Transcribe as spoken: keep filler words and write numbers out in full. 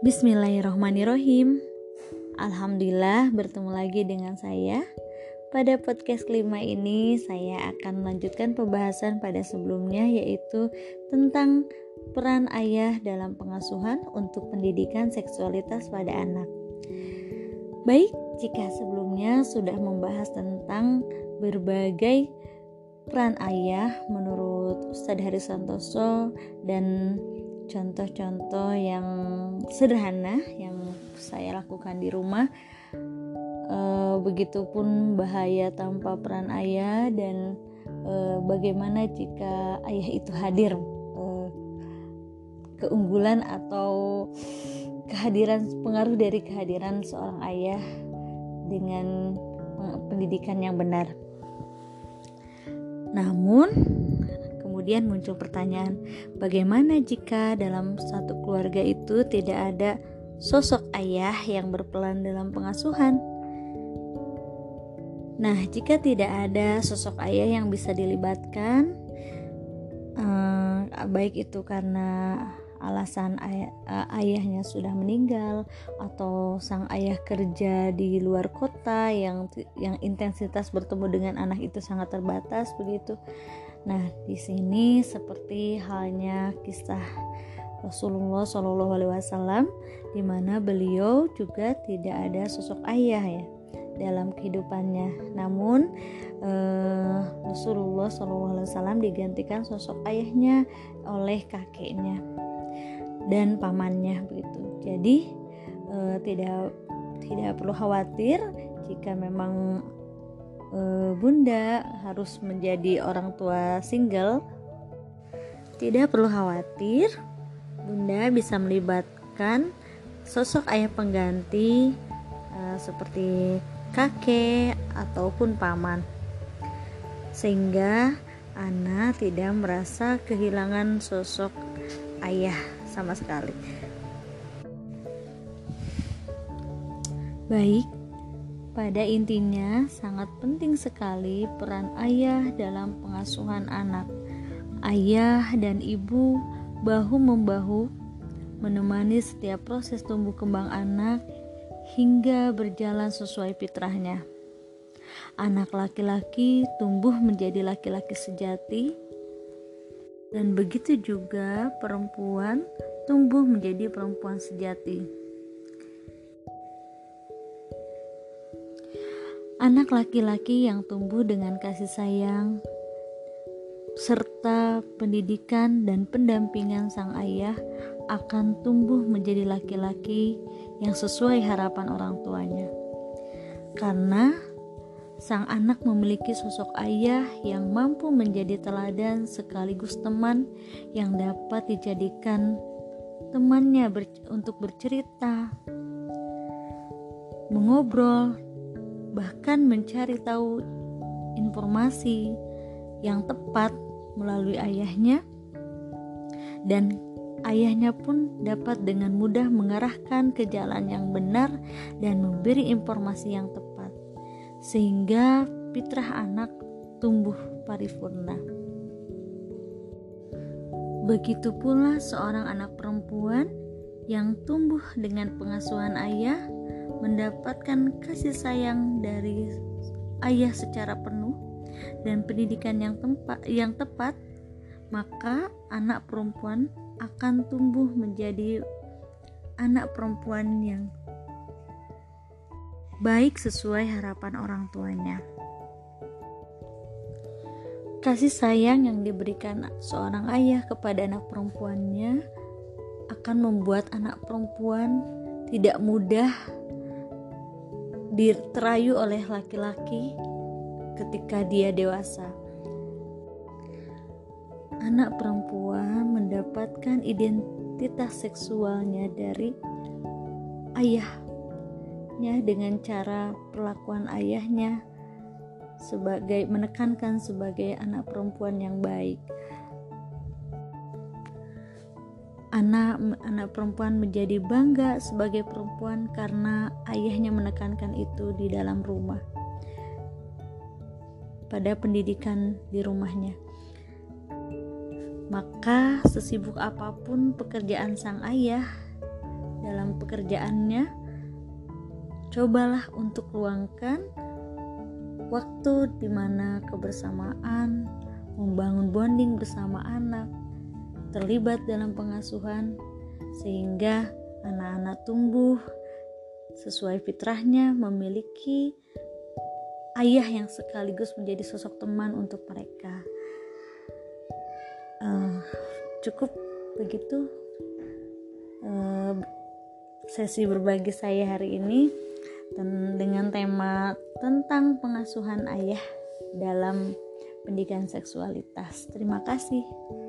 Bismillahirrahmanirrahim. Alhamdulillah bertemu lagi dengan saya. Pada podcast kelima ini saya akan melanjutkan pembahasan pada sebelumnya, yaitu tentang peran ayah dalam pengasuhan untuk pendidikan seksualitas pada anak. Baik, jika sebelumnya sudah membahas tentang berbagai peran ayah menurut Ustadz Hari Santoso dan contoh-contoh yang sederhana yang saya lakukan di rumah, e, begitupun bahaya tanpa peran ayah dan e, bagaimana jika ayah itu hadir, e, keunggulan atau kehadiran pengaruh dari kehadiran seorang ayah dengan pendidikan yang benar. Namun kemudian muncul pertanyaan, bagaimana jika dalam satu keluarga itu tidak ada sosok ayah yang berperan dalam pengasuhan? Nah, jika tidak ada sosok ayah yang bisa dilibatkan, eh, baik itu karena alasan ay- ayahnya sudah meninggal atau sang ayah kerja di luar kota yang yang intensitas bertemu dengan anak itu sangat terbatas begitu. Nah, di sini seperti halnya kisah Rasulullah shallallahu alaihi wasallam, di mana beliau juga tidak ada sosok ayah ya dalam kehidupannya. Namun eh, Rasulullah shallallahu alaihi wasallam digantikan sosok ayahnya oleh kakeknya dan pamannya begitu. Jadi eh, tidak tidak perlu khawatir jika memang Bunda harus menjadi orang tua single. Tidak perlu khawatir, Bunda bisa melibatkan sosok ayah pengganti uh, seperti kakek ataupun paman, sehingga Ana tidak merasa kehilangan sosok ayah sama sekali. Baik, pada intinya, sangat penting sekali peran ayah dalam pengasuhan anak. Ayah dan ibu bahu-membahu menemani setiap proses tumbuh kembang anak hingga berjalan sesuai fitrahnya. Anak laki-laki tumbuh menjadi laki-laki sejati, dan begitu juga perempuan tumbuh menjadi perempuan sejati. Anak laki-laki yang tumbuh dengan kasih sayang serta pendidikan dan pendampingan sang ayah akan tumbuh menjadi laki-laki yang sesuai harapan orang tuanya. Karena sang anak memiliki sosok ayah yang mampu menjadi teladan sekaligus teman yang dapat dijadikan temannya ber- untuk bercerita, mengobrol, bahkan mencari tahu informasi yang tepat melalui ayahnya, dan ayahnya pun dapat dengan mudah mengarahkan ke jalan yang benar dan memberi informasi yang tepat, sehingga fitrah anak tumbuh paripurna. Begitu pula seorang anak perempuan yang tumbuh dengan pengasuhan ayah mendapatkan kasih sayang dari ayah secara penuh dan pendidikan yang tempat yang tepat, maka anak perempuan akan tumbuh menjadi anak perempuan yang baik sesuai harapan orang tuanya. Kasih sayang yang diberikan seorang ayah kepada anak perempuannya akan membuat anak perempuan tidak mudah diterayu oleh laki-laki ketika dia dewasa. Anak perempuan mendapatkan identitas seksualnya dari ayahnya dengan cara perlakuan ayahnya sebagai menekankan sebagai anak perempuan yang baik. Anak anak perempuan menjadi bangga sebagai perempuan karena ayahnya menekankan itu di dalam rumah, pada pendidikan di rumahnya. Maka sesibuk apapun pekerjaan sang ayah dalam pekerjaannya, cobalah untuk luangkan waktu di mana kebersamaan, membangun bonding bersama anak, terlibat dalam pengasuhan, sehingga anak-anak tumbuh sesuai fitrahnya, memiliki ayah yang sekaligus menjadi sosok teman untuk mereka. Uh, cukup begitu uh, sesi berbagi saya hari ini dengan tema tentang pengasuhan ayah dalam pendidikan seksualitas. Terima kasih.